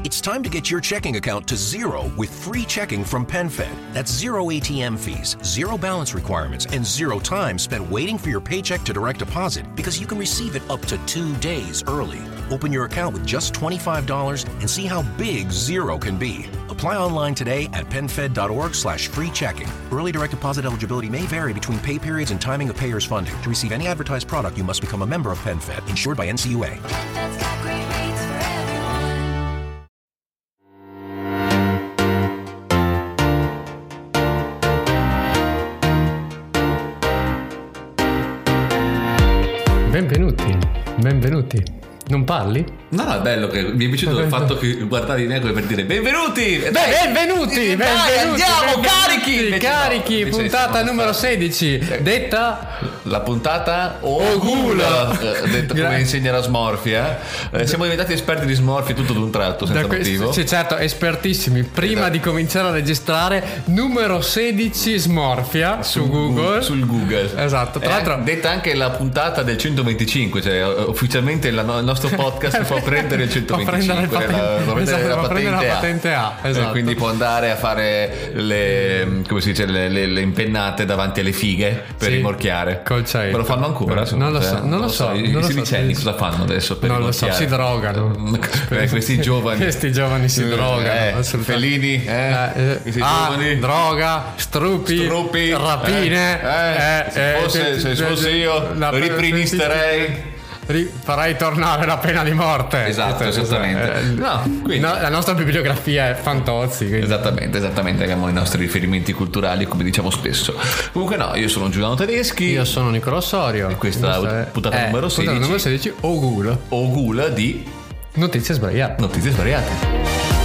It's time to get your checking account to zero with free checking from PenFed. That's zero ATM fees, zero balance requirements, and zero time spent waiting for your paycheck to direct deposit because you can receive it up to 2 days early. Open your account with just $25 and see how big zero can be. Apply online today at PenFed.org/free checking. Early direct deposit eligibility may vary between pay periods and timing of payer's funding. To receive any advertised product, you must become a member of PenFed, insured by NCUA. PenFed's got great rates for everyone. Benvenuti. Non parli? No, è bello che mi è piaciuto il fatto che guardavi me come per dire benvenuti! Benvenuti! Andiamo, carichi! Invece puntata numero 16, detta la puntata Ogula, detta come insegna la Smorfia. Siamo diventati esperti di Smorfia tutto d'un tratto, senza motivo. Sì, certo, espertissimi. Prima di cominciare a registrare, numero 16 Smorfia su Google. Sul Google. Esatto, tra l'altro detta anche la puntata del 125, cioè ufficialmente il nostro podcast può prendere il 125, può prendere la patente A. Esatto. Quindi può andare a fare le impennate davanti alle fighe per rimorchiare. Ma lo fanno ancora? Non lo so. I sedicenni cosa fanno adesso per rimorchiare? Si drogano. Questi giovani si drogano. Felini, questi giovani. Droga, strupi, rapine. Se fossi io riprinisterei. Farai tornare la pena di morte. Esatto, esattamente. La nostra bibliografia è Fantozzi. Quindi. Esattamente, abbiamo i nostri riferimenti culturali, come diciamo spesso. Comunque io sono Giuliano Tedeschi. Io sono Nicolò Osorio. E questa è puntata numero 16. Puntata numero 16, Ogula di Notizie sbagliate.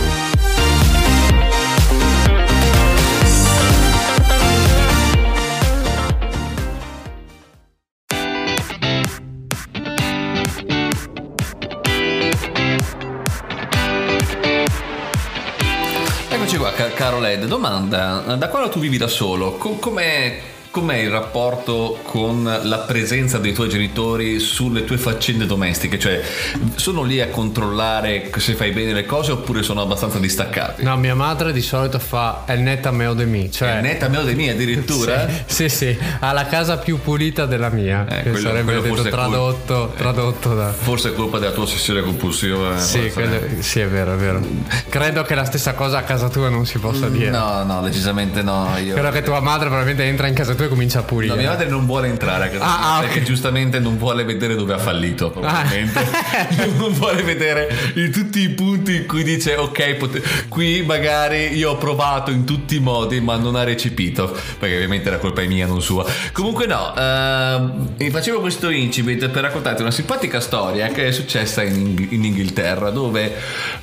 Caro Led, domanda: da quando tu vivi da solo, com'è il rapporto con la presenza dei tuoi genitori sulle tue faccende domestiche? Cioè, sono lì a controllare se fai bene le cose oppure sono abbastanza distaccati? No, mia madre di solito fa el netta meo de mi, cioè el netta meo de mi addirittura? Sì, ha la casa più pulita della mia, che sarebbe detto tradotto da... Forse è colpa della tua ossessione compulsiva. Sì, è vero. Credo che la stessa cosa a casa tua non si possa dire. No, decisamente no. Credo che tua madre probabilmente entra in casa tua e comincia a pulire. No, mia madre non vuole entrare a casa mia, perché giustamente non vuole vedere dove ha fallito, probabilmente. Non vuole vedere tutti i punti in cui dice ok, qui magari io ho provato in tutti i modi ma non ha recepito, perché ovviamente la colpa è mia, non sua. Comunque facevo questo incipit per raccontarti una simpatica storia che è successa in Inghilterra, dove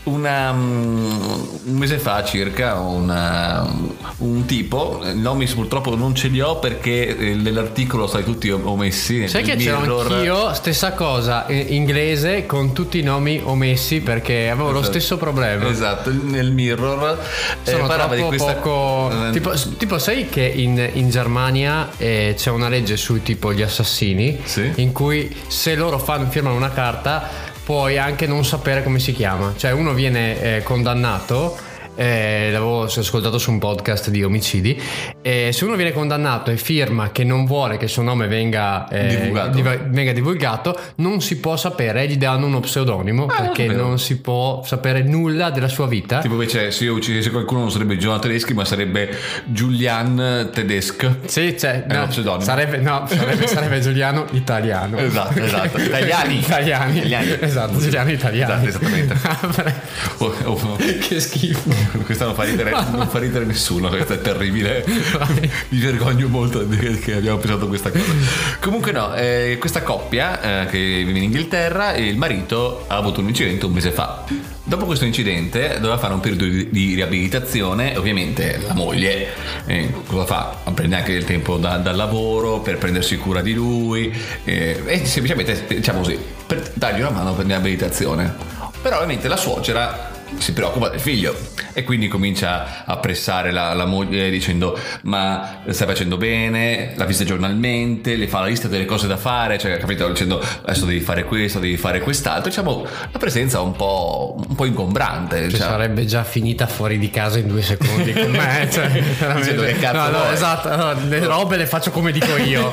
un mese fa circa un tipo, i nomi purtroppo non ce li ho perché nell'articolo stai tutti omessi. Sai che c'ero anch'io, stessa cosa, inglese con tutti i nomi omessi perché avevo lo stesso problema. Esatto, nel Mirror sono troppo di questa... poco tipo sai che in Germania c'è una legge sui tipo gli assassini, sì? In cui se loro firmano una carta puoi anche non sapere come si chiama, cioè uno viene condannato. L'avevo ascoltato su un podcast di omicidi. Se uno viene condannato e firma che non vuole che il suo nome venga divulgato, non si può sapere, gli danno uno pseudonimo perché non si può sapere nulla della sua vita. Tipo invece se io uccidessi qualcuno non sarebbe Giuliano Tedeschi ma sarebbe Julian Tedesco. Sì, pseudonimo. Sarebbe Giuliano Italiano. Esatto. Italiani. Esatto, Giuliano Italiani. Esatto, esattamente. Che schifo. Questa non fa ridere nessuno, questo è terribile. Mi vergogno molto che abbiamo pensato questa cosa. Comunque questa coppia che vive in Inghilterra, e il marito ha avuto un incidente un mese fa. Dopo questo incidente doveva fare un periodo di riabilitazione. Ovviamente la moglie cosa fa? Prende anche del tempo dal lavoro per prendersi cura di lui e semplicemente, diciamo così, per dargli una mano per la riabilitazione. Però ovviamente la suocera si preoccupa del figlio e quindi comincia a pressare la moglie dicendo: ma stai facendo bene, la visita giornalmente, le fa la lista delle cose da fare, cioè, capito, dicendo adesso devi fare questo, devi fare quest'altro. Diciamo la presenza un po' ingombrante, cioè, sarebbe già finita fuori di casa in 2 secondi con me, cioè, dicendo che cazzo vuoi? Esatto, le robe le faccio come dico io.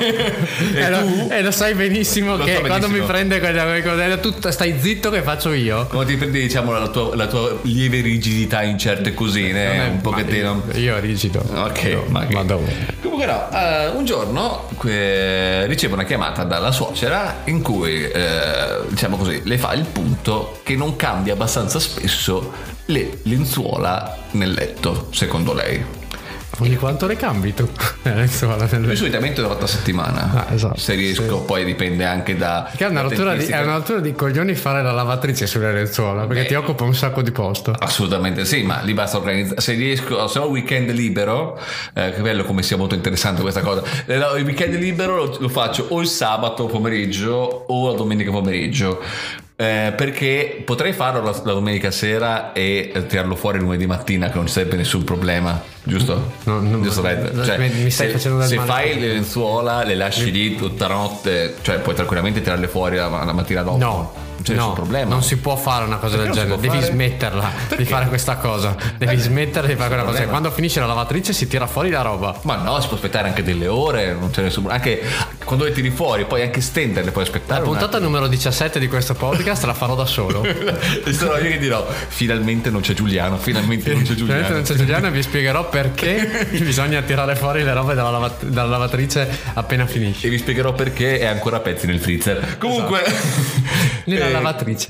E lo sai benissimo che quando mi prende quella tu stai zitto che faccio io. Come ti prendi, diciamo, la tua lieve rigidità in certe cosine, un pochettino. Io rigido. Ok, ma dove? Comunque no, un giorno riceve una chiamata dalla suocera in cui diciamo così, le fa il punto che non cambia abbastanza spesso le lenzuola nel letto, secondo lei. Ogni quanto le cambi tu? Io solitamente una volta a settimana. Esatto, se riesco, poi dipende anche da. Che è una rottura di coglioni fare la lavatrice sulle lenzuola, perché ti occupa un sacco di posto. Assolutamente sì, ma lì basta organizzare. Se riesco, se ho il weekend libero, che bello come sia molto interessante questa cosa. Il weekend libero lo faccio o il sabato pomeriggio o la domenica pomeriggio. Perché potrei farlo la domenica sera e tirarlo fuori lunedì mattina, che non ci sarebbe nessun problema, giusto? Giusto, cioè, mi stai facendo del se male. fai le lenzuola, le lasci lì tutta la notte, cioè puoi tranquillamente tirarle fuori la mattina dopo. No. Non c'è nessun problema. Non si può fare una cosa del genere. Devi smetterla di fare questa cosa. Devi smettere di fare quella cosa. Quando finisce la lavatrice si tira fuori la roba. Ma no, si può aspettare anche delle ore. Non c'è nessun. Anche quando le tiri fuori, puoi anche stenderle, puoi aspettare. La puntata numero 17 di questo podcast la farò da solo. E sarò io che dirò: finalmente non c'è Giuliano. Finalmente non c'è Giuliano. E vi spiegherò perché bisogna tirare fuori le robe dalla lavatrice appena finisce. E vi spiegherò perché è ancora a pezzi nel freezer. Comunque. Nella lavatrice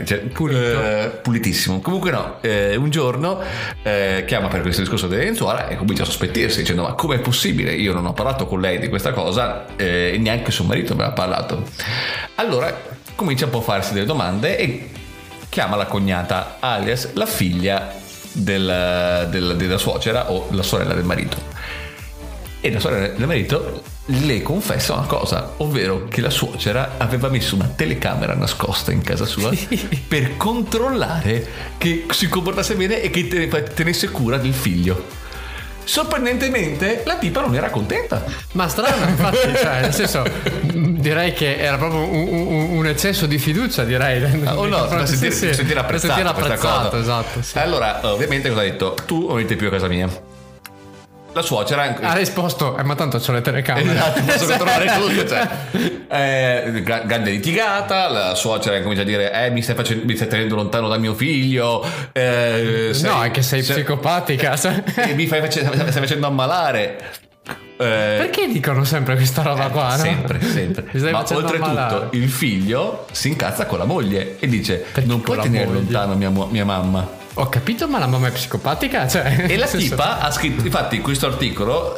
pulitissimo. Comunque no, un giorno chiama per questo discorso delle lenzuola e comincia a sospettirsi dicendo: ma com'è possibile? Io non ho parlato con lei di questa cosa e neanche suo marito me l'ha parlato. Allora comincia un po' a farsi delle domande e chiama la cognata, alias la figlia della suocera o la sorella del marito. E la sorella del marito le confessa una cosa, ovvero che la suocera aveva messo una telecamera nascosta in casa sua per controllare che si comportasse bene e che tenesse cura del figlio. Sorprendentemente la tipa non era contenta. Ma strano, infatti, cioè, nel senso, direi che era proprio un eccesso di fiducia, direi. O no, per sentire apprezzato, esatto, sì. Allora, ovviamente cosa ha detto? Tu non metti più a casa mia. La suocera ha risposto: ma tanto c'ho le telecamere. Esatto, posso controllare tutto. Cioè, grande litigata. La suocera comincia a dire: mi stai tenendo lontano da mio figlio. No, è che sei psicopatica. Mi stai facendo ammalare. Perché dicono sempre questa roba qua? Sempre. Ma oltretutto il figlio si incazza con la moglie e dice: non puoi tenere lontano mia mamma. Ho capito, ma la mamma è psicopatica? Cioè, e la tipa ha scritto, infatti questo articolo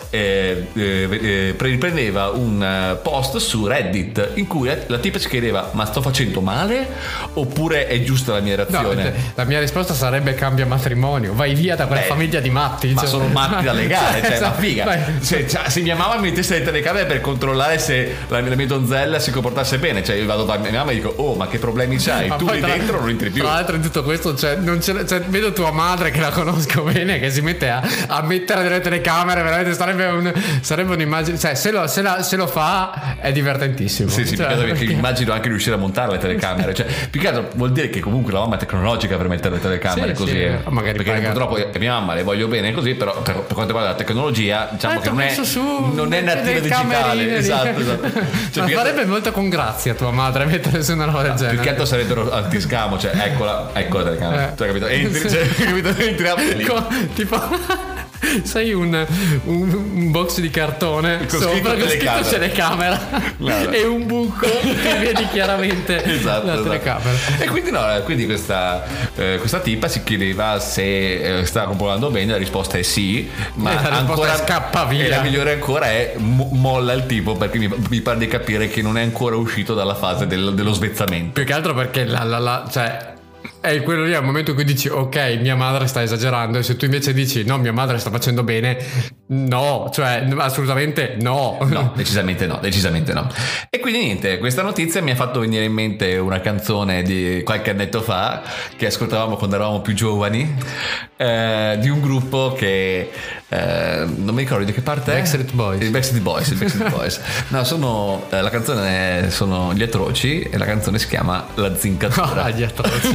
riprendeva un post su Reddit in cui la tipa si chiedeva: ma sto facendo male oppure è giusta la mia reazione? No, la mia risposta sarebbe: cambia matrimonio, vai via da quella famiglia di matti. Ma sono matti da legare, cioè, ma figa. Se mia mamma mi mettesse le telecamere per controllare se la mia donzella si comportasse bene, cioè io vado da mia mamma e dico: oh, ma che problemi c'hai? Ma tu lì dentro non entri più. Tra l'altro in tutto questo vedo tua madre, che la conosco bene, che si mette a mettere delle telecamere, veramente sarebbe un'immagine, cioè se lo fa è divertentissimo. Sì, cioè, perché immagino anche riuscire a montare le telecamere, cioè più che altro vuol dire che comunque la mamma è tecnologica per mettere le telecamere, sì, così sì, magari perché purtroppo mia mamma le voglio bene così, però per quanto riguarda la tecnologia diciamo che non è nativa digitale, esatto. Cioè, ma farebbe molto con grazia tua madre mettere su una roba del genere. Più che altro sarebbero antiscamo, cioè ecco la telecamera, cioè, capito? Entriamo lì. Tipo sai un box di cartone sopra con scritto telecamera e un buco che vedi chiaramente la telecamera. E quindi questa tipa si chiedeva se stava comportando bene. La risposta è sì, ma la ancora scappa via. E la migliore ancora è molla il tipo, perché mi pare di capire che non è ancora uscito dalla fase dello svezzamento. Più che altro perché cioè è quello lì, è il momento in cui dici ok, mia madre sta esagerando, e se tu invece dici no, mia madre sta facendo bene, no, cioè assolutamente no. No, decisamente no. E quindi niente, questa notizia mi ha fatto venire in mente una canzone di qualche annetto fa che ascoltavamo quando eravamo più giovani, di un gruppo che non mi ricordo di che parte Backstreet Boys. I Backstreet Boys. No, la canzone sono Gli Atroci e la canzone si chiama La Zincatura. Gli Atroci.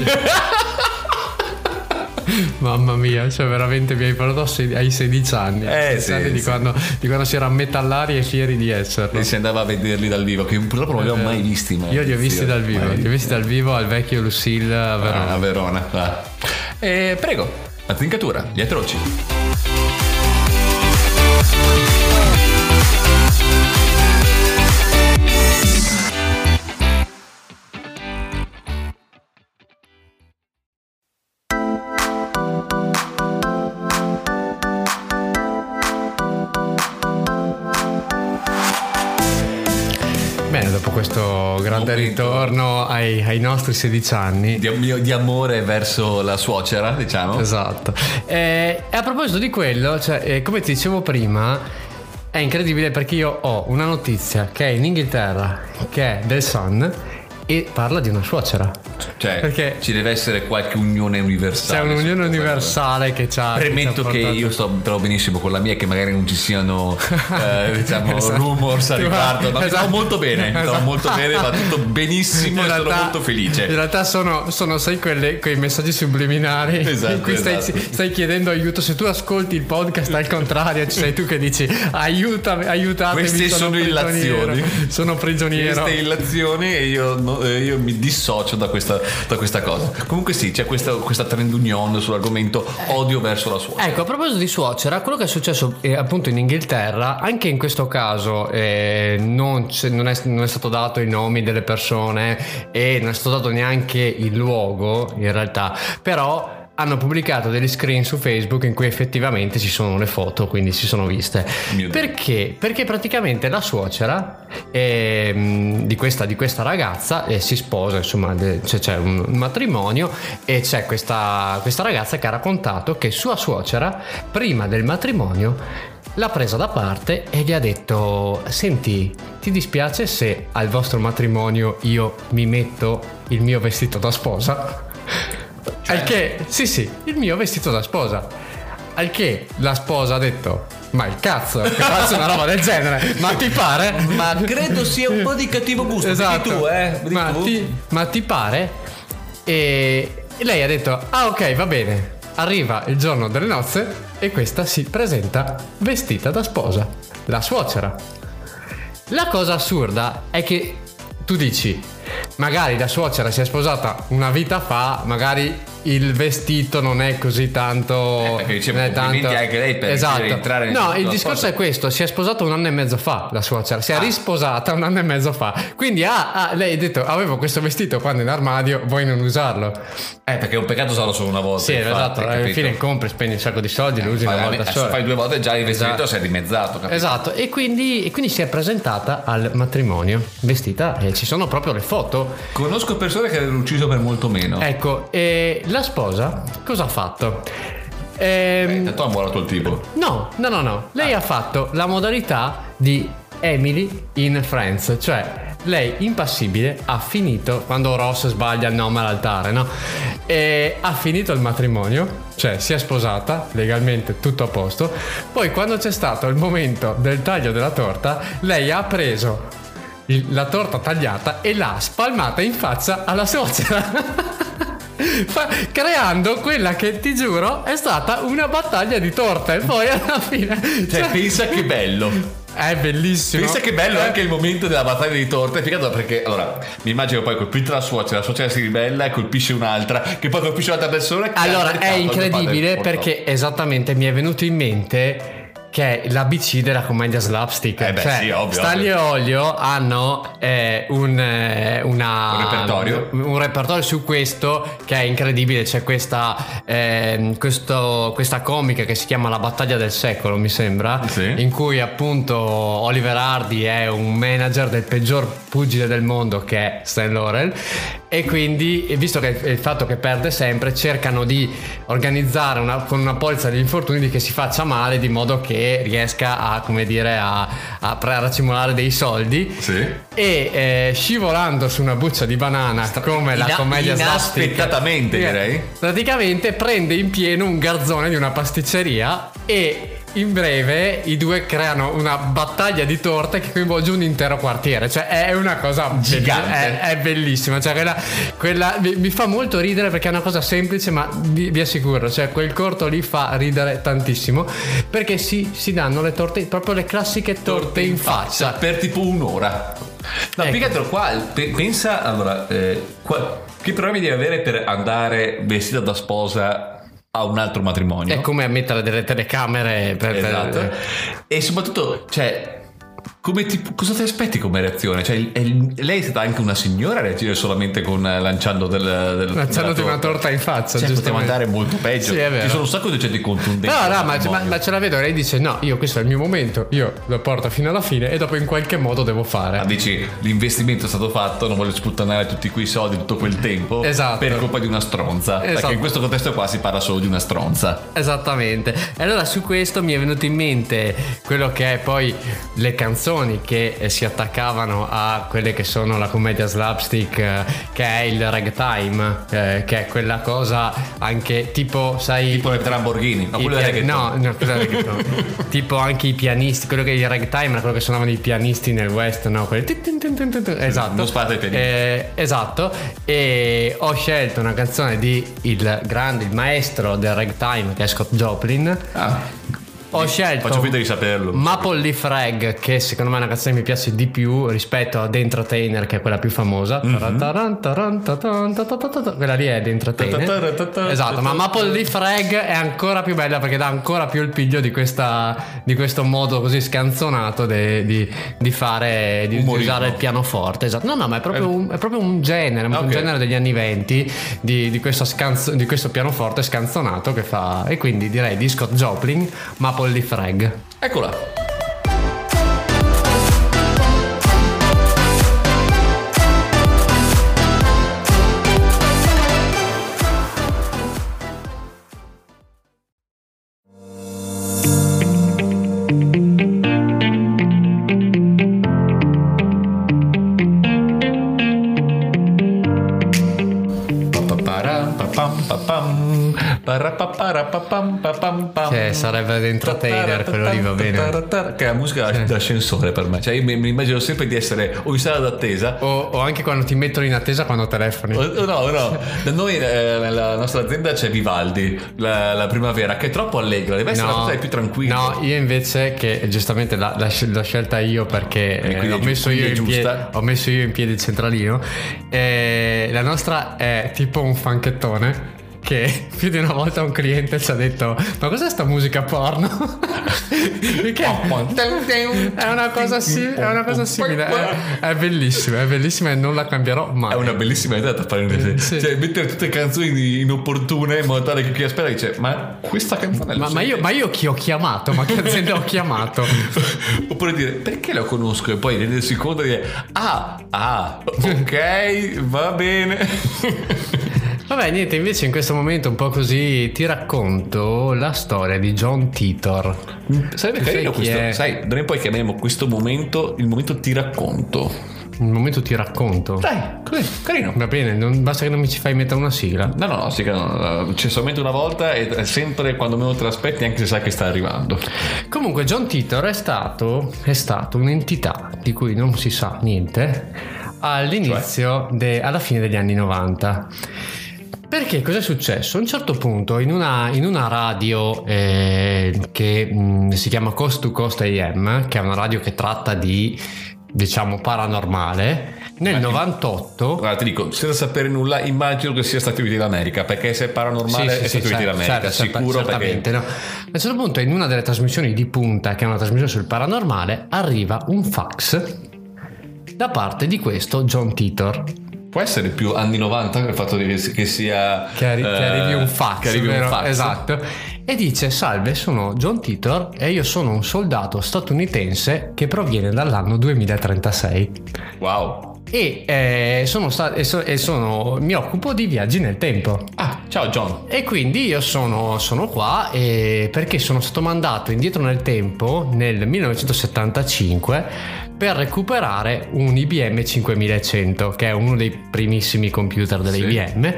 Mamma mia, cioè veramente mi hai parlato ai 16 anni. 16 anni di quando si era metallari e fieri di esserlo. E si andava a vederli dal vivo, che purtroppo non li ho mai visti. Io li ho visti dal vivo, al vecchio Lucille a Verona. A Verona. Prego, La Zincatura, Gli Atroci. Bene, dopo questo grande ritorno ai nostri 16 anni di amore verso la suocera, diciamo. Esatto. E a proposito di quello, cioè, come ti dicevo prima, è incredibile perché io ho una notizia che è in Inghilterra, che è del Sun, e parla di una suocera. Cioè, perché ci deve essere qualche unione universale. C'è un'unione universale che c'ha. Premetto che io trovo benissimo con la mia, che magari non ci siano diciamo esatto. rumors a riguardo, ma mi trovo molto bene, va tutto benissimo, e sono molto felice. In realtà sono sai quei messaggi subliminari, esatto, in cui stai chiedendo aiuto. Se tu ascolti il podcast al contrario, sei tu che dici aiutatemi. Queste sono illazioni. Sono prigioniero. Queste illazioni, e io mi dissocio da questa cosa. Comunque sì, c'è questa trend union sull'argomento odio verso la suocera. Ecco, a proposito di suocera, quello che è successo appunto in Inghilterra, anche in questo caso non è stato dato i nomi delle persone e non è stato dato neanche il luogo in realtà, però hanno pubblicato degli screen su Facebook in cui effettivamente ci sono le foto, quindi si sono viste. Perché? Perché praticamente la suocera di questa ragazza si sposa, insomma, c'è un matrimonio, e c'è questa ragazza che ha raccontato che sua suocera prima del matrimonio l'ha presa da parte e gli ha detto: senti, ti dispiace se al vostro matrimonio io mi metto il mio vestito da sposa? Al che, sì, il mio vestito da sposa. Al che la sposa ha detto: ma il cazzo, che faccio una roba del genere? Ma ti pare? Ma credo sia un po' di cattivo gusto. Esatto. Di tu. Ma ti pare? E lei ha detto: ah, ok, va bene. Arriva il giorno delle nozze e questa si presenta vestita da sposa, la suocera. La cosa assurda è che tu dici: magari la suocera si è sposata una vita fa, magari il vestito non è così tanto, perché dicevo, non è tanto anche lei per entrare no, il discorso è questo: si è sposata un anno e mezzo fa la suocera, si è risposata un anno e mezzo fa, quindi lei ha detto: avevo questo vestito qua nell'armadio, vuoi non usarlo? Perché è un peccato usarlo solo una volta. Sì, esatto, alla fine compri, spendi un sacco di soldi, lo usi una volta sola, fai 2 volte già il vestito si è dimezzato, capito? Esatto, e quindi si è presentata al matrimonio vestita, e ci sono proprio le foto. Conosco persone che avevano ucciso per molto meno. Ecco, e la sposa cosa ha fatto? Tanto ha morato il tipo. No. Lei ha fatto la modalità di Emily in Friends, cioè lei impassibile ha finito quando Ross sbaglia il nome all'altare, no? E ha finito il matrimonio, cioè si è sposata legalmente, tutto a posto. Poi quando c'è stato il momento del taglio della torta, lei ha preso la torta tagliata e l'ha spalmata in faccia alla suocera. Creando quella che, ti giuro, è stata una battaglia di torte. E poi alla fine, cioè pensa che bello. È bellissimo. Pensa che bello anche il momento della battaglia di torte. È figato perché, allora, mi immagino poi colpita la suocera si ribella e colpisce un'altra, che poi colpisce un'altra persona. Allora, è incredibile perché esattamente mi è venuto in mente che è l'ABC della commedia slapstick. Cioè, sì, ovvio, Stanley e Olio hanno un repertorio su questo che è incredibile. C'è questa comica che si chiama La battaglia del secolo, mi sembra, sì, in cui appunto Oliver Hardy è un manager del peggior pugile del mondo, che è Stan Laurel, e quindi, visto che il fatto che perde sempre, cercano di organizzare con una polizza di infortuni che si faccia male, di modo che riesca a, come dire, a racimolare dei soldi. Sì. E scivolando su una buccia di banana, come la commedia inaspettatamente, direi, praticamente prende in pieno un garzone di una pasticceria, e in breve i due creano una battaglia di torte che coinvolge un intero quartiere. Cioè è una cosa gigante, è bellissima. Cioè quella mi fa molto ridere, perché è una cosa semplice, ma vi assicuro, cioè quel corto lì fa ridere tantissimo, perché si danno le torte, proprio le classiche torte in faccia per tipo un'ora. No, più che altro qua pensa, allora, che problemi devi avere per andare vestita da sposa a un altro matrimonio? È come a mettere delle telecamere esatto. E soprattutto, cioè, cosa ti aspetti come reazione? Cioè, lei è stata anche una signora a reagire solamente con lanciandoti una torta in faccia. Cioè, poteva andare molto peggio. Sì, è vero. Ci sono un sacco di gente contundenti. No, ma ce la vedo. Lei dice: no, io questo è il mio momento, io lo porto fino alla fine e dopo in qualche modo devo fare. Ma dici, l'investimento è stato fatto, non voglio sputtanare tutti quei soldi, tutto quel tempo, esatto, per colpa di una stronza. Esatto. Perché in questo contesto qua si parla solo di una stronza. Esattamente. E allora su questo mi è venuto in mente quello che è poi le canzoni che si attaccavano a quelle che sono la commedia slapstick, che è il ragtime, che è quella cosa anche tipo, sai, tipo il Lamborghini, no, quello è no, quello è reggaeton. Tipo anche i pianisti, quello che il ragtime era quello che suonavano i pianisti nel West, no? Esatto. Non spara i pianisti. Esatto. E ho scelto una canzone di il maestro del ragtime, che è Scott Joplin. Ho scelto Faccio finta di saperlo. Maple Leaf Rag, che secondo me è una canzone che mi piace di più rispetto ad Entertainer, che è quella più famosa. Quella lì è The Entertainer. Esatto, ma Maple Leaf Rag è ancora più bella, perché dà ancora più il piglio di questo modo così scanzonato di fare, di usare il pianoforte. Esatto. No, ma è proprio un genere, un genere degli anni 20 di questo pianoforte scanzonato che fa. E quindi direi di Scott Joplin, Maple Leaf Rag. Eccola. Cioè, sarebbe The Entertainer, quello lì va bene. Che è la musica d'ascensore per me. Cioè, io mi immagino sempre di essere o in sala d'attesa o anche quando ti mettono in attesa quando telefoni. No. Da noi nella nostra azienda c'è Vivaldi, la primavera, che è troppo allegra, deve essere la cosa più tranquilla. No, io invece, che giustamente l'ho scelta io perché ho messo io in piedi il centralino. La nostra è tipo un funkettone, che più di una volta un cliente ci ha detto: ma cos'è sta musica porno? Perché è una cosa simile, è bellissima e non la cambierò mai. È una bellissima idea da fare, sì. Cioè mettere tutte canzoni inopportune in modo tale che chi aspetta dice: ma questa canzone ma io chi ho chiamato? Ma che azienda ho chiamato? Oppure dire: perché la conosco? E poi rendersi conto di dire: ok, va bene. Vabbè, niente, invece in questo momento un po' così ti racconto la storia di John Titor. Sarebbe carino questo, sai, noi poi chiamiamo questo momento il momento ti racconto. Il momento ti racconto. Dai, così, carino. Va bene, basta che non mi ci fai mettere una sigla. No, c'è solamente una volta e sempre quando meno te l'aspetti, anche se sai che sta arrivando. Comunque John Titor è stato un'entità di cui non si sa niente all'inizio, alla fine degli anni 90. Perché cosa è successo? A un certo punto in una radio che si chiama Coast to Coast AM, che è una radio che tratta di diciamo paranormale nel 98. Guarda, ti dico, senza sapere nulla, immagino che sia Stati Uniti d'America, perché se è paranormale è Stati Uniti d'America, sicuro, certamente, perché... no. A un certo punto, in una delle trasmissioni di punta, che è una trasmissione sul paranormale, arriva un fax da parte di questo John Titor. Può essere più anni 90 il fatto che sia che arrivi un fax, che arrivi vero? un fax. Esatto. E dice: salve, sono John Titor e io sono un soldato statunitense che proviene dall'anno 2036. Wow. E mi occupo di viaggi nel tempo. Ah, ciao John. E quindi io sono qua perché sono stato mandato indietro nel tempo nel 1975 per recuperare un IBM 5100, che è uno dei primissimi computer dell'IBM,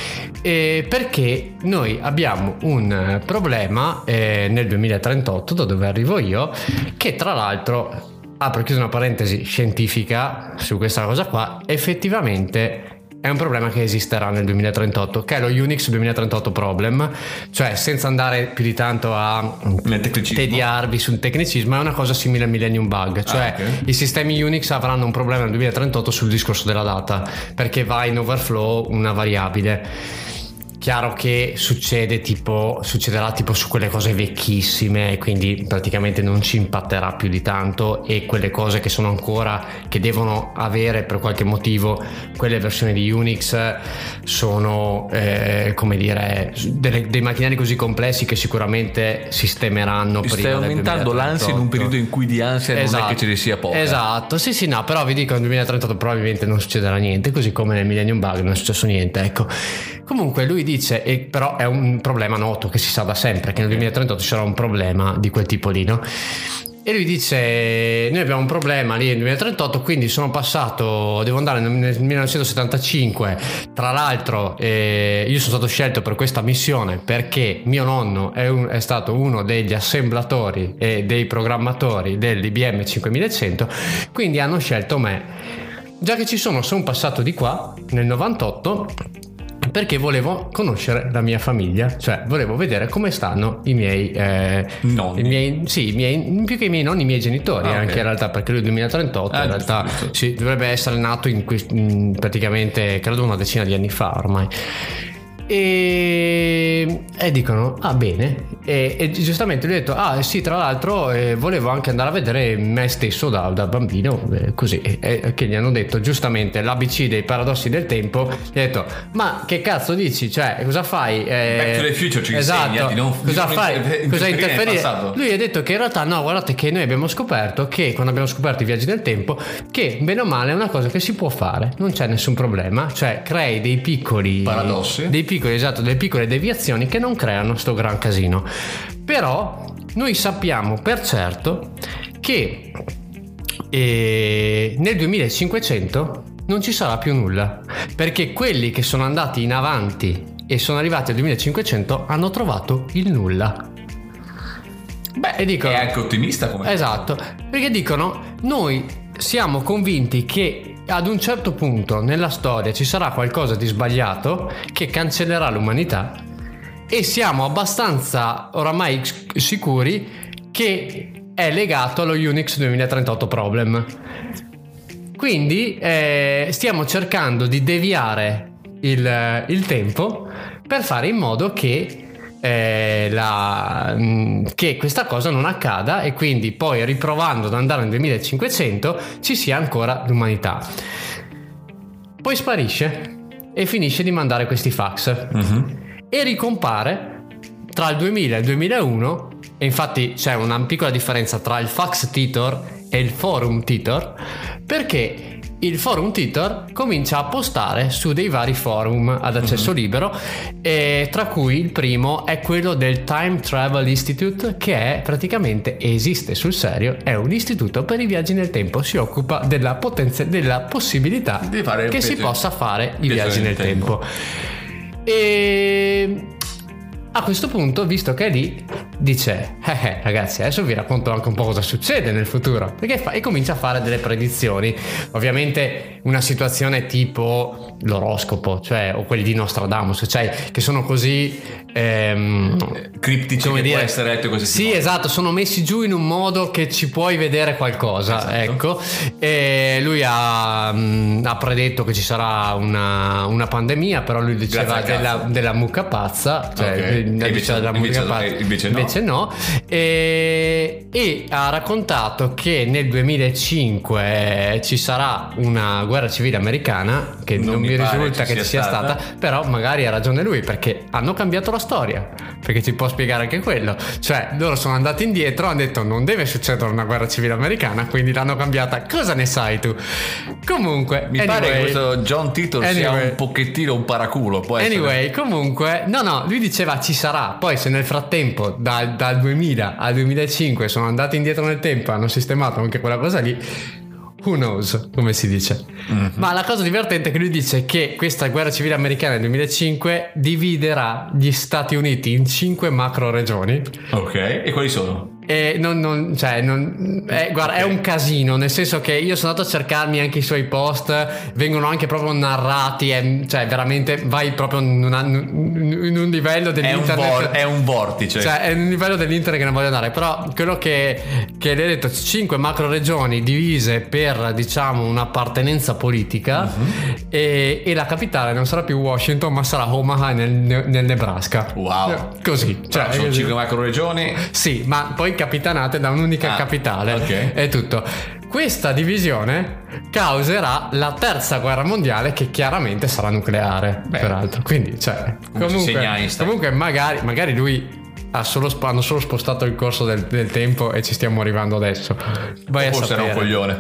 perché noi abbiamo un problema nel 2038, da dove arrivo io, che tra l'altro, apro e chiuso una parentesi scientifica su questa cosa qua, effettivamente è un problema che esisterà nel 2038, che è lo Unix 2038 problem, cioè senza andare più di tanto a tediarvi sul tecnicismo, è una cosa simile al Millennium Bug, cioè i sistemi Unix avranno un problema nel 2038 sul discorso della data, perché va in overflow una variabile. Chiaro che succederà tipo su quelle cose vecchissime, e quindi praticamente non ci impatterà più di tanto, e quelle cose che sono ancora, che devono avere per qualche motivo quelle versioni di Unix, sono come dire dei macchinari così complessi che sicuramente sistemeranno prima. Stai aumentando l'ansia in un periodo in cui di ansia non è che ce ne sia poca. Esatto, sì, no, però vi dico, nel 2038 probabilmente non succederà niente, così come nel Millennium Bug non è successo niente, ecco. Comunque lui dice, e però è un problema noto che si sa da sempre, che nel 2038 ci sarà un problema di quel tipo lì, no? E lui dice: noi abbiamo un problema lì nel 2038, quindi sono passato, devo andare nel 1975. Tra l'altro io sono stato scelto per questa missione perché mio nonno è stato uno degli assemblatori e dei programmatori dell'IBM 5100, quindi hanno scelto me. Già che ci sono passato di qua nel 98 perché volevo conoscere la mia famiglia, cioè volevo vedere come stanno i miei nonni. Più che i miei nonni, i miei genitori, anche in realtà, perché lui è 2038, in realtà sì, dovrebbe essere nato praticamente credo una decina di anni fa ormai. E dicono bene, e giustamente lui ha detto sì, tra l'altro volevo anche andare a vedere me stesso da bambino, così, che gli hanno detto giustamente l'ABC dei paradossi del tempo. Gli ha detto: ma che cazzo dici, cioè cosa fai? Back to the Future ci insegna di non cosa fai, cosa interferire. Lui ha detto che in realtà no, guardate che noi abbiamo scoperto che quando abbiamo scoperto i viaggi nel tempo, che bene o male è una cosa che si può fare, non c'è nessun problema, cioè crei dei piccoli paradossi, delle piccole deviazioni che non creano sto gran casino. Però noi sappiamo per certo che nel 2500 non ci sarà più nulla, perché quelli che sono andati in avanti e sono arrivati al 2500 hanno trovato il nulla. E dicono, è anche ottimista come esatto, perché dicono: noi siamo convinti che ad un certo punto nella storia ci sarà qualcosa di sbagliato che cancellerà l'umanità, e siamo abbastanza oramai sicuri che è legato allo Unix 2038 problem. Quindi stiamo cercando di deviare il tempo per fare in modo che che questa cosa non accada, e quindi poi, riprovando ad andare nel 2500, ci sia ancora l'umanità. Poi sparisce e finisce di mandare questi fax e ricompare tra il 2000 e il 2001, e infatti c'è una piccola differenza tra il fax Titor e il forum Titor, perché il forum Titor comincia a postare su dei vari forum ad accesso libero, e tra cui il primo è quello del Time Travel Institute, che è praticamente, esiste sul serio, è un istituto per i viaggi nel tempo, si occupa della possibilità di fare che si possa fare i viaggi nel tempo. E a questo punto, visto che è lì, dice ragazzi, adesso vi racconto anche un po' cosa succede nel futuro, e comincia a fare delle predizioni, ovviamente una situazione tipo l'oroscopo, cioè, o quelli di Nostradamus, cioè che sono così criptici, come che dire, può essere letto così. sì, esatto, sono messi giù in un modo che ci puoi vedere qualcosa, esatto. Ecco. E lui ha predetto che ci sarà una pandemia, però lui diceva della mucca pazza, cioè invece no. E ha raccontato che nel 2005 ci sarà una guerra civile americana, che non mi risulta che ci sia stata, però magari ha ragione lui, perché hanno cambiato la storia, perché ci può spiegare anche quello, cioè loro sono andati indietro, hanno detto non deve succedere una guerra civile americana, quindi l'hanno cambiata. Cosa ne sai tu? Comunque mi pare che questo John Titor sia un pochettino un paraculo, può essere. Comunque no, lui diceva ci sarà, poi se nel frattempo dal 2000 al 2005 sono andati indietro nel tempo, hanno sistemato anche quella cosa lì, who knows, come si dice. Ma la cosa divertente è che lui dice che questa guerra civile americana nel 2005 dividerà gli Stati Uniti in 5 macro regioni. Ok, e quali sono? Guarda, è un casino, nel senso che io sono andato a cercarmi anche i suoi post, vengono anche proprio narrati, cioè veramente vai proprio in un livello dell'internet, è un vortice, cioè è un livello dell'internet che non voglio andare, però quello che le ha detto, 5 macro regioni divise per, diciamo, un'appartenenza politica, e la capitale non sarà più Washington ma sarà Omaha nel Nebraska. Wow, così, cioè, sono 5 macro regioni, sì, ma poi capitanate da un'unica capitale, okay. È tutto. Questa divisione causerà la terza guerra mondiale, che chiaramente sarà nucleare. Beh, peraltro, quindi cioè comunque magari lui hanno solo spostato il corso del tempo e ci stiamo arrivando adesso. Vai a forse sapere. era un coglione.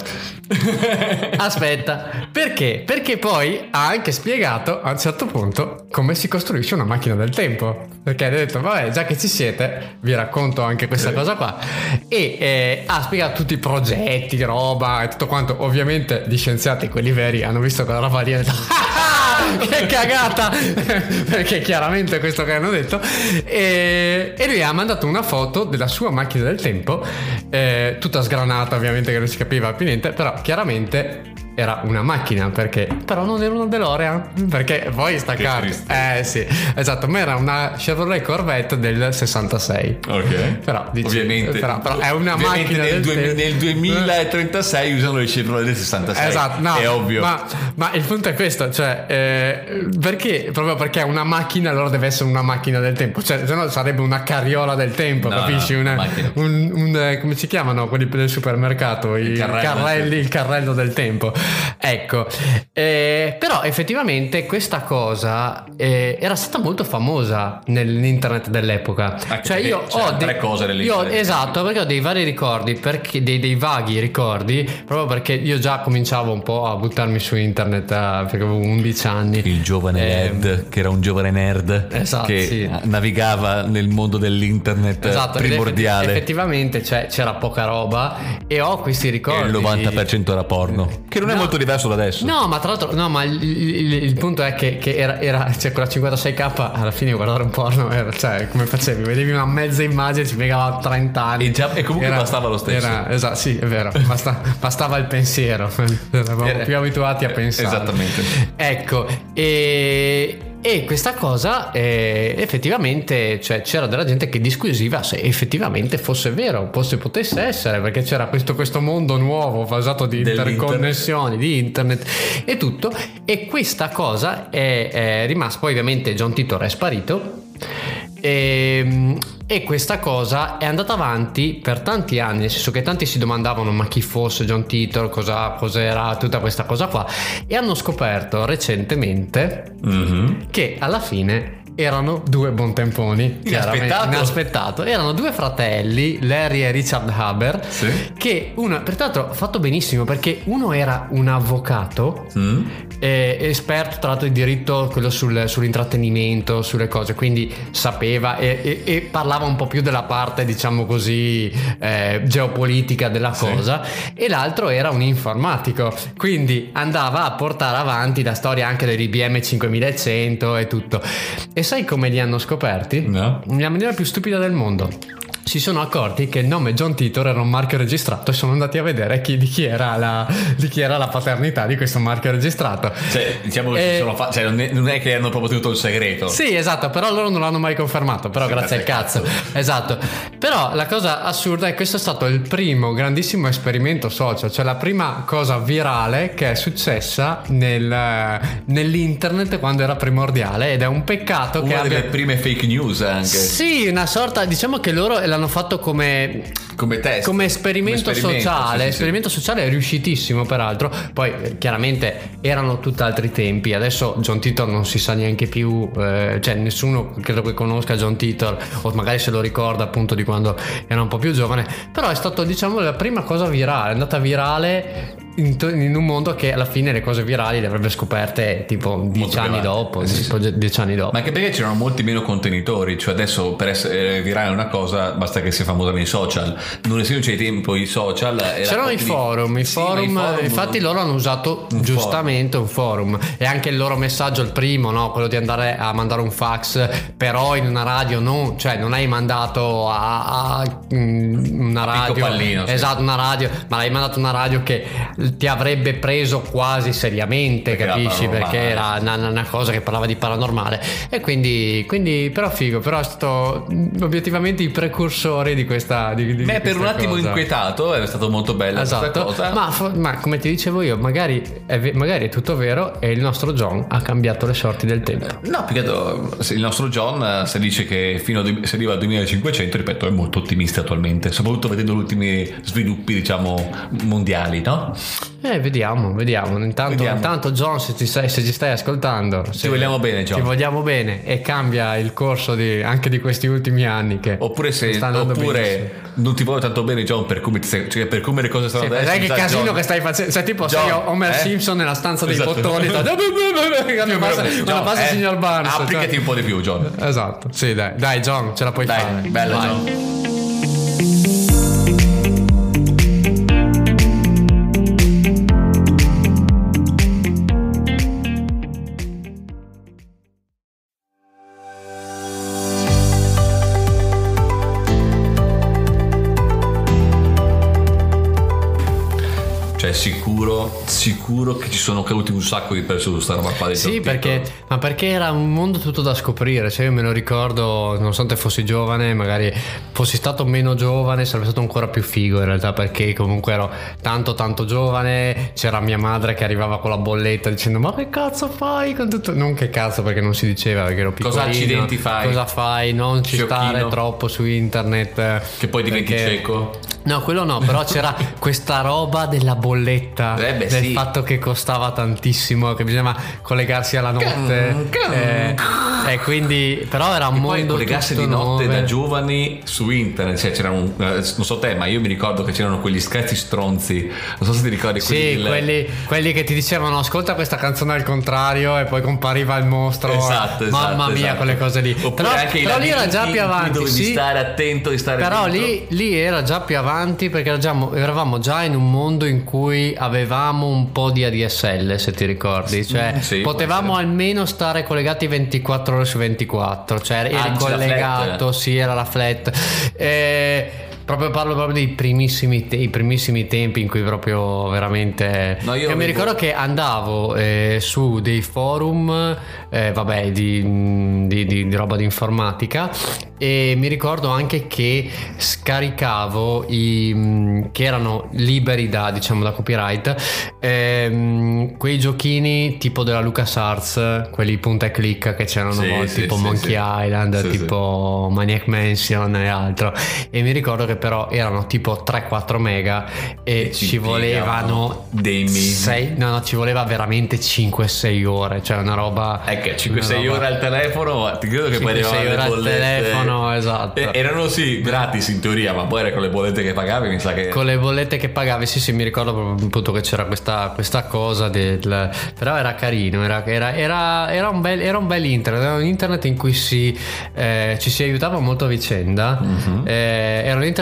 Aspetta, perché poi ha anche spiegato a un certo punto come si costruisce una macchina del tempo, perché ha detto vabbè, già che ci siete vi racconto anche questa cosa qua, e ha spiegato tutti i progetti, roba e tutto quanto. Ovviamente gli scienziati, quelli veri, hanno visto quella roba lì e hanno detto che cagata, perché chiaramente è questo che hanno detto, e lui ha mandato una foto della sua macchina del tempo, tutta sgranata, ovviamente, che non si capiva più niente, però chiaramente era una macchina, perché però non era una DeLorean, perché poi sta cazzo, sì, esatto, ma era una Chevrolet Corvette del 66. Ok, però dici, ovviamente però è una macchina nel 2036 usano le Chevrolet del 66, esatto, no, è ovvio, ma il punto è questo, cioè perché proprio perché è una macchina, allora deve essere una macchina del tempo, cioè se no sarebbe una carriola del tempo, no, capisci? No, un come si chiamano quelli del supermercato, il carrello del tempo. Ecco, però effettivamente questa cosa era stata molto famosa nell'internet dell'epoca. Cioè io ho tre cose nell'internet. Esatto, perché ho dei vari ricordi, perché dei vaghi ricordi, proprio perché io già cominciavo un po' a buttarmi su internet perché avevo 11 anni. Il giovane nerd, che era un giovane nerd, esatto, che navigava nel mondo dell'internet, esatto, primordiale. Effettivamente c'era poca roba, e ho questi ricordi. E il 90% era porno, che non è molto diverso da adesso. No, ma tra l'altro, no, ma il punto è che era cioè, con la 56k alla fine guardare un porno cioè, come facevi? Vedevi una mezza immagine, ci piegava 30 anni e comunque bastava lo stesso. Esatto, sì, è vero, bastava il pensiero, eravamo più abituati a pensare. Esattamente. Ecco, e questa cosa effettivamente, cioè, c'era della gente che disquisiva se effettivamente fosse vero, se potesse essere, perché c'era questo mondo nuovo basato di interconnessioni, di internet e tutto, e questa cosa è rimasta. Poi ovviamente John Titor è sparito, e questa cosa è andata avanti per tanti anni, nel senso che tanti si domandavano ma chi fosse John Titor, cos'era tutta questa cosa qua, e hanno scoperto recentemente che alla fine erano due buontemponi, inaspettato. Erano due fratelli, Larry e Richard Haber, che uno, peraltro, fatto benissimo, perché uno era un avvocato esperto tra l'altro di diritto, quello sull'intrattenimento, sulle cose, quindi sapeva e parlava un po' più della parte, diciamo così, geopolitica della cosa, e l'altro era un informatico, quindi andava a portare avanti la storia anche dell'IBM 5100 e tutto. E sai come li hanno scoperti? No. Nella maniera più stupida del mondo. si sono accorti che il nome John Titor era un marchio registrato e sono andati a vedere di chi era la paternità di questo marchio registrato. Cioè, diciamo che cioè, non è che hanno proprio tenuto il segreto. Sì, esatto, però loro non l'hanno mai confermato, però grazie al cazzo. Esatto. Però la cosa assurda è che questo è stato il primo grandissimo esperimento social, cioè la prima cosa virale che è successa nell'internet quando era primordiale, ed è un peccato una delle prime fake news anche. Sì, una sorta, diciamo che loro l'hanno fatto come test, come esperimento sociale. Sì. Esperimento sociale è riuscitissimo, peraltro. Poi chiaramente erano tutt'altri tempi. Adesso John Titor non si sa neanche più, cioè nessuno credo che conosca John Titor, o magari se lo ricorda appunto di quando era un po' più giovane. Però è stato, diciamo, la prima cosa virale, è andata virale in un mondo che alla fine le cose virali le avrebbe scoperte tipo 10 anni dopo, 10 anni dopo. Ma anche perché c'erano molti meno contenitori, cioè adesso per essere virale una cosa basta che sia famosa nei social, non essendoci ai tempi i social c'erano i forum, infatti loro hanno usato giustamente un forum, e anche il loro messaggio, il primo, no, quello di andare a mandare un fax, però in una radio non hai mandato a una radio pallino, esatto, una radio, ma l'hai mandato a una radio che ti avrebbe preso quasi seriamente, capisci, perché era una cosa che parlava di paranormale, e quindi però figo, però è stato obiettivamente i precursori di questa per un attimo cosa. Inquietato, è stato molto bella esatto. questa cosa, ma come ti dicevo io, magari è tutto vero e il nostro John ha cambiato le sorti del tempo. No, perché il nostro John, se dice che se arriva al 2500, ripeto, è molto ottimista attualmente, soprattutto vedendo gli ultimi sviluppi, diciamo, mondiali, no? Vediamo. Intanto John, se ci stai ascoltando, ti vogliamo bene, John. Ti vogliamo bene, e cambia il corso anche di questi ultimi anni che oppure non ti voglio tanto bene, John, per come per come le cose stanno adesso. Sai che casino John, che stai facendo, sei tipo John, sei Homer Simpson nella stanza dei bottoni, quando passa il signor Barnes, applicati un po' di più, John. Esatto, sì, dai John, ce la puoi fare. Bella, John. Sicuro che ci sono caduti un sacco di persone su sta roba qua. Sì, perché era un mondo tutto da scoprire. Cioè io me lo ricordo, nonostante fossi giovane, magari fossi stato meno giovane sarebbe stato ancora più figo in realtà, perché comunque ero tanto giovane. C'era mia madre che arrivava con la bolletta dicendo: ma che cazzo fai con tutto? Non che cazzo, perché non si diceva, perché ero piccolino. Cosa accidenti fai? Cosa fai? Non ci stare troppo su internet, che poi diventi cieco. No, quello no, però c'era questa roba della bolletta, del fatto che costava tantissimo, che bisognava collegarsi alla notte, e quindi però era un mondo poi collegarsi di notte nuove. Da giovani su internet, cioè c'era non so te, ma io mi ricordo che c'erano quegli scherzi stronzi, non so se ti ricordi quelli che ti dicevano: ascolta questa canzone al contrario, e poi compariva il mostro. Esatto, mamma mia, quelle cose lì. Oppure però lì era già più avanti, dovevi stare attento di stare però dentro. lì era già più avanti, perché eravamo già in un mondo in cui avevamo un po' di ADSL, se ti ricordi, cioè potevamo almeno stare collegati 24 ore su 24, cioè eri collegato, sì, era la flat. Parlo proprio dei primissimi tempi in cui proprio veramente io mi ricordo che andavo su dei forum di roba di informatica, e mi ricordo anche che scaricavo che erano liberi da copyright, quei giochini tipo della LucasArts, quelli punta e clicca che c'erano tipo Monkey Island, tipo Maniac Mansion e altro, e mi ricordo che però erano tipo 3-4 mega e ci volevano dei mesi. Ci voleva veramente 5-6 ore, cioè una roba, 5-6 ore al telefono, ti credo che poi arrivavano le bollette al telefono, esatto, erano gratis in teoria, ma poi era con le bollette che pagavi, mi sa che con le bollette che pagavi, sì, mi ricordo proprio appunto che c'era questa cosa però era carino, era un bel internet, era un internet in cui ci si aiutava molto a vicenda, era un internet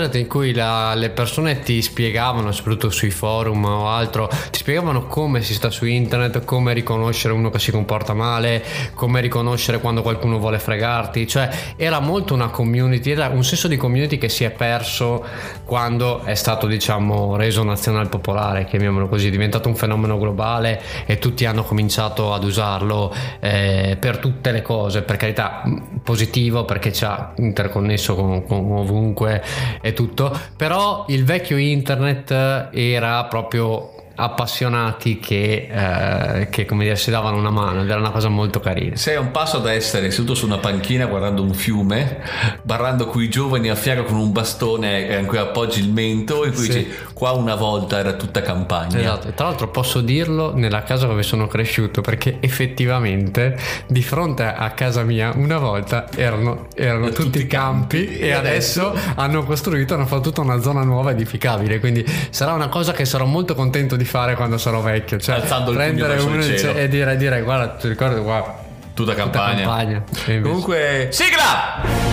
internet in cui le persone ti spiegavano, soprattutto sui forum o altro, ti spiegavano come si sta su internet, come riconoscere uno che si comporta male, come riconoscere quando qualcuno vuole fregarti. Cioè era molto una community, era un senso di community che si è perso quando è stato, diciamo, reso nazional popolare, chiamiamolo così, è diventato un fenomeno globale e tutti hanno cominciato ad usarlo per tutte le cose, per carità, positivo perché ci ha interconnesso con ovunque e tutto, però il vecchio internet era proprio appassionati che come dire, si davano una mano, ed era una cosa molto carina. Sei un passo da essere seduto su una panchina guardando un fiume, parlando con i giovani a fianco con un bastone in cui appoggi il mento e cui dici qua una volta era tutta campagna. Esatto, e tra l'altro posso dirlo nella casa dove sono cresciuto, perché effettivamente di fronte a casa mia una volta erano tutti campi e adesso hanno fatto tutta una zona nuova edificabile, quindi sarà una cosa che sarò molto contento di fare quando sarò vecchio, cioè alzando il prendere pugno verso il cielo e dire guarda, ti ricordo qua tutta campagna. Comunque sigla!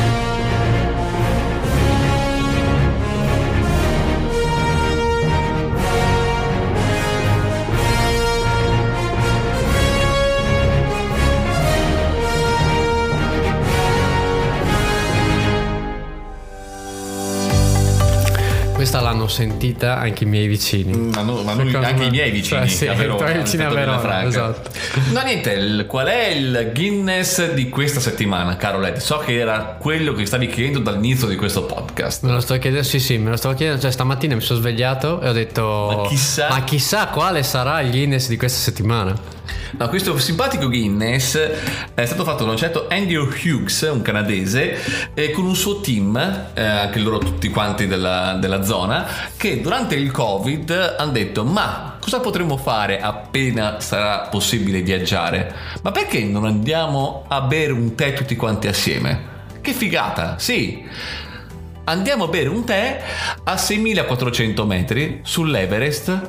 Questa l'hanno sentita anche i miei vicini. Ma anche i miei vicini, cioè, a Verona, i vicini a Verona, esatto. No, niente, qual è il Guinness di questa settimana, caro Led? So che era quello che stavi chiedendo dall'inizio di questo podcast. Me lo sto chiedendo, sì, me lo stavo chiedendo, cioè stamattina mi sono svegliato e ho detto ma chissà quale sarà il Guinness di questa settimana. No, questo simpatico Guinness è stato fatto da un certo Andrew Hughes, un canadese, con un suo team, anche loro tutti quanti della zona, che durante il Covid hanno detto ma cosa potremmo fare appena sarà possibile viaggiare? Ma perché non andiamo a bere un tè tutti quanti assieme? Che figata, sì! Andiamo a bere un tè a 6.400 metri sull'Everest.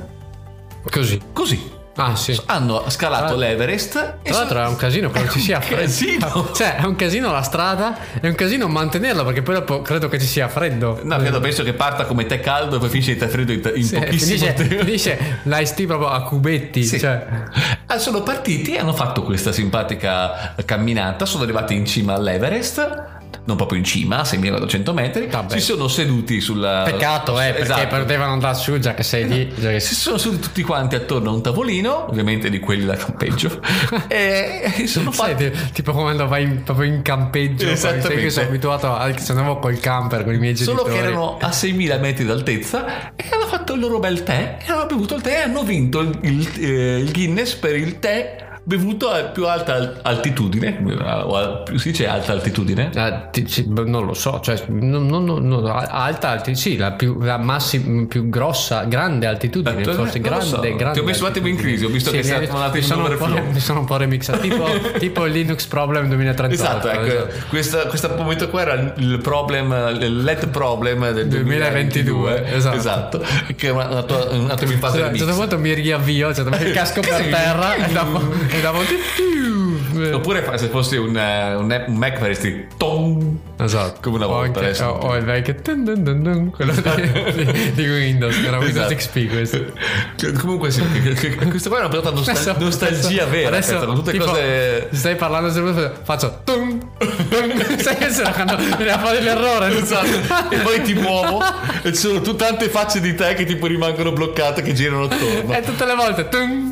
Così. Ah, sì. Hanno scalato l'Everest. Tra l'altro è un casino quando ci sia freddo. Cioè è un casino la strada, è un casino mantenerla, perché poi dopo credo che ci sia freddo. No, penso che parta come tè caldo e poi finisce il tè freddo in pochissimo tempo. Finisce l'ice tea proprio a cubetti. Sì. Cioè. Sono partiti e hanno fatto questa simpatica camminata. Sono arrivati in cima all'Everest, non proprio in cima, a 6.400 metri. Vabbè. Si sono seduti sulla... Peccato, perché esatto. potevano andare su, già che sei lì. Si sono seduti tutti quanti attorno a un tavolino, ovviamente di quelli da campeggio, e sono fatti... tipo quando vai proprio in campeggio. Esattamente. Sai che sono abituato se andavo col camper con i miei genitori. Solo che erano a 6.000 metri d'altezza e hanno fatto il loro bel tè, e hanno bevuto il tè e hanno vinto il Guinness per il tè bevuto a più alta altitudine, si dice alta altitudine? Non lo so, cioè alta sì, la più grossa, grande altitudine, forse grande. Ti ho messo un attimo in crisi, ho visto che sei tornato in numero mi sono un po' remixato, tipo il Linux Problem 2038. Esatto, ecco, questo momento qua era il LED Problem del 2022. Esatto. Che è una tua fase di mix. A un certo punto mi riavvio, cioè il casco per terra e oppure se fosse un Mac faresti tom, esatto, come una volta o il vecchio quello di Windows, era Windows XP questo. Comunque sì, questo qua è una puntata nostalgia vera. Adesso sono tutte tipo, cose. Stai parlando, faccio sai che se quando viene a fare l'errore, esatto. E poi ti muovo e ci sono tante facce di te che tipo rimangono bloccate, che girano attorno, e tutte le volte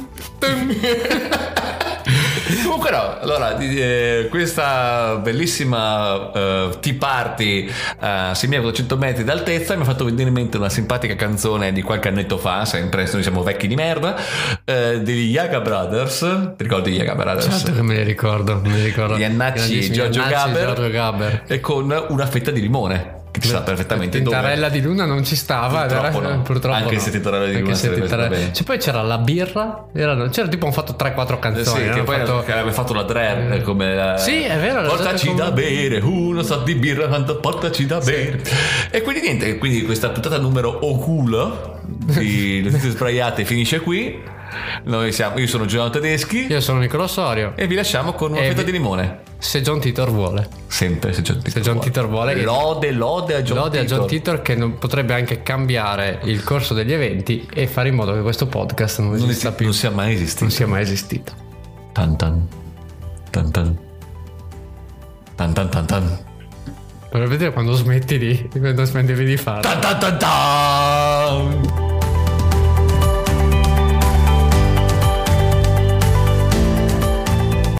Comunque no, allora questa bellissima tea party a 6.400 metri d'altezza mi ha fatto venire in mente una simpatica canzone di qualche annetto fa, sempre noi siamo vecchi di merda, degli Yaga Brothers. Ti ricordi Yaga Brothers? Certo che me li ricordo. Gli Annacci e Giorgio Gaber, e con una fetta di limone. Che ci sta perfettamente. Tintarella di Luna non ci stava, purtroppo anche no. se Tintarella di Luna sarebbe bene. Cioè, poi c'era la birra, c'era tipo hanno fatto 3-4 canzoni. Sì, che poi aveva fatto la Dre come sì, è vero. Portaci da bere, uno sa di birra, quanto portaci da bere. E quindi niente, quindi questa puntata numero oculo di Notizie Sbraiate finisce qui. Io sono Giuliano Tedeschi. Io sono Nicolò Sorio. E vi lasciamo con una fetta di limone. Se John Titor vuole. Sempre se John Titor vuole. Lode a John Titor, che potrebbe anche cambiare il corso degli eventi e fare in modo che questo podcast non esista più. Non sia mai esistito. Non sia mai esistito. Tan tan. Tan tan. Tan tan tan tan. Per vedere quando smettevi di fare. Tan tan tan tan.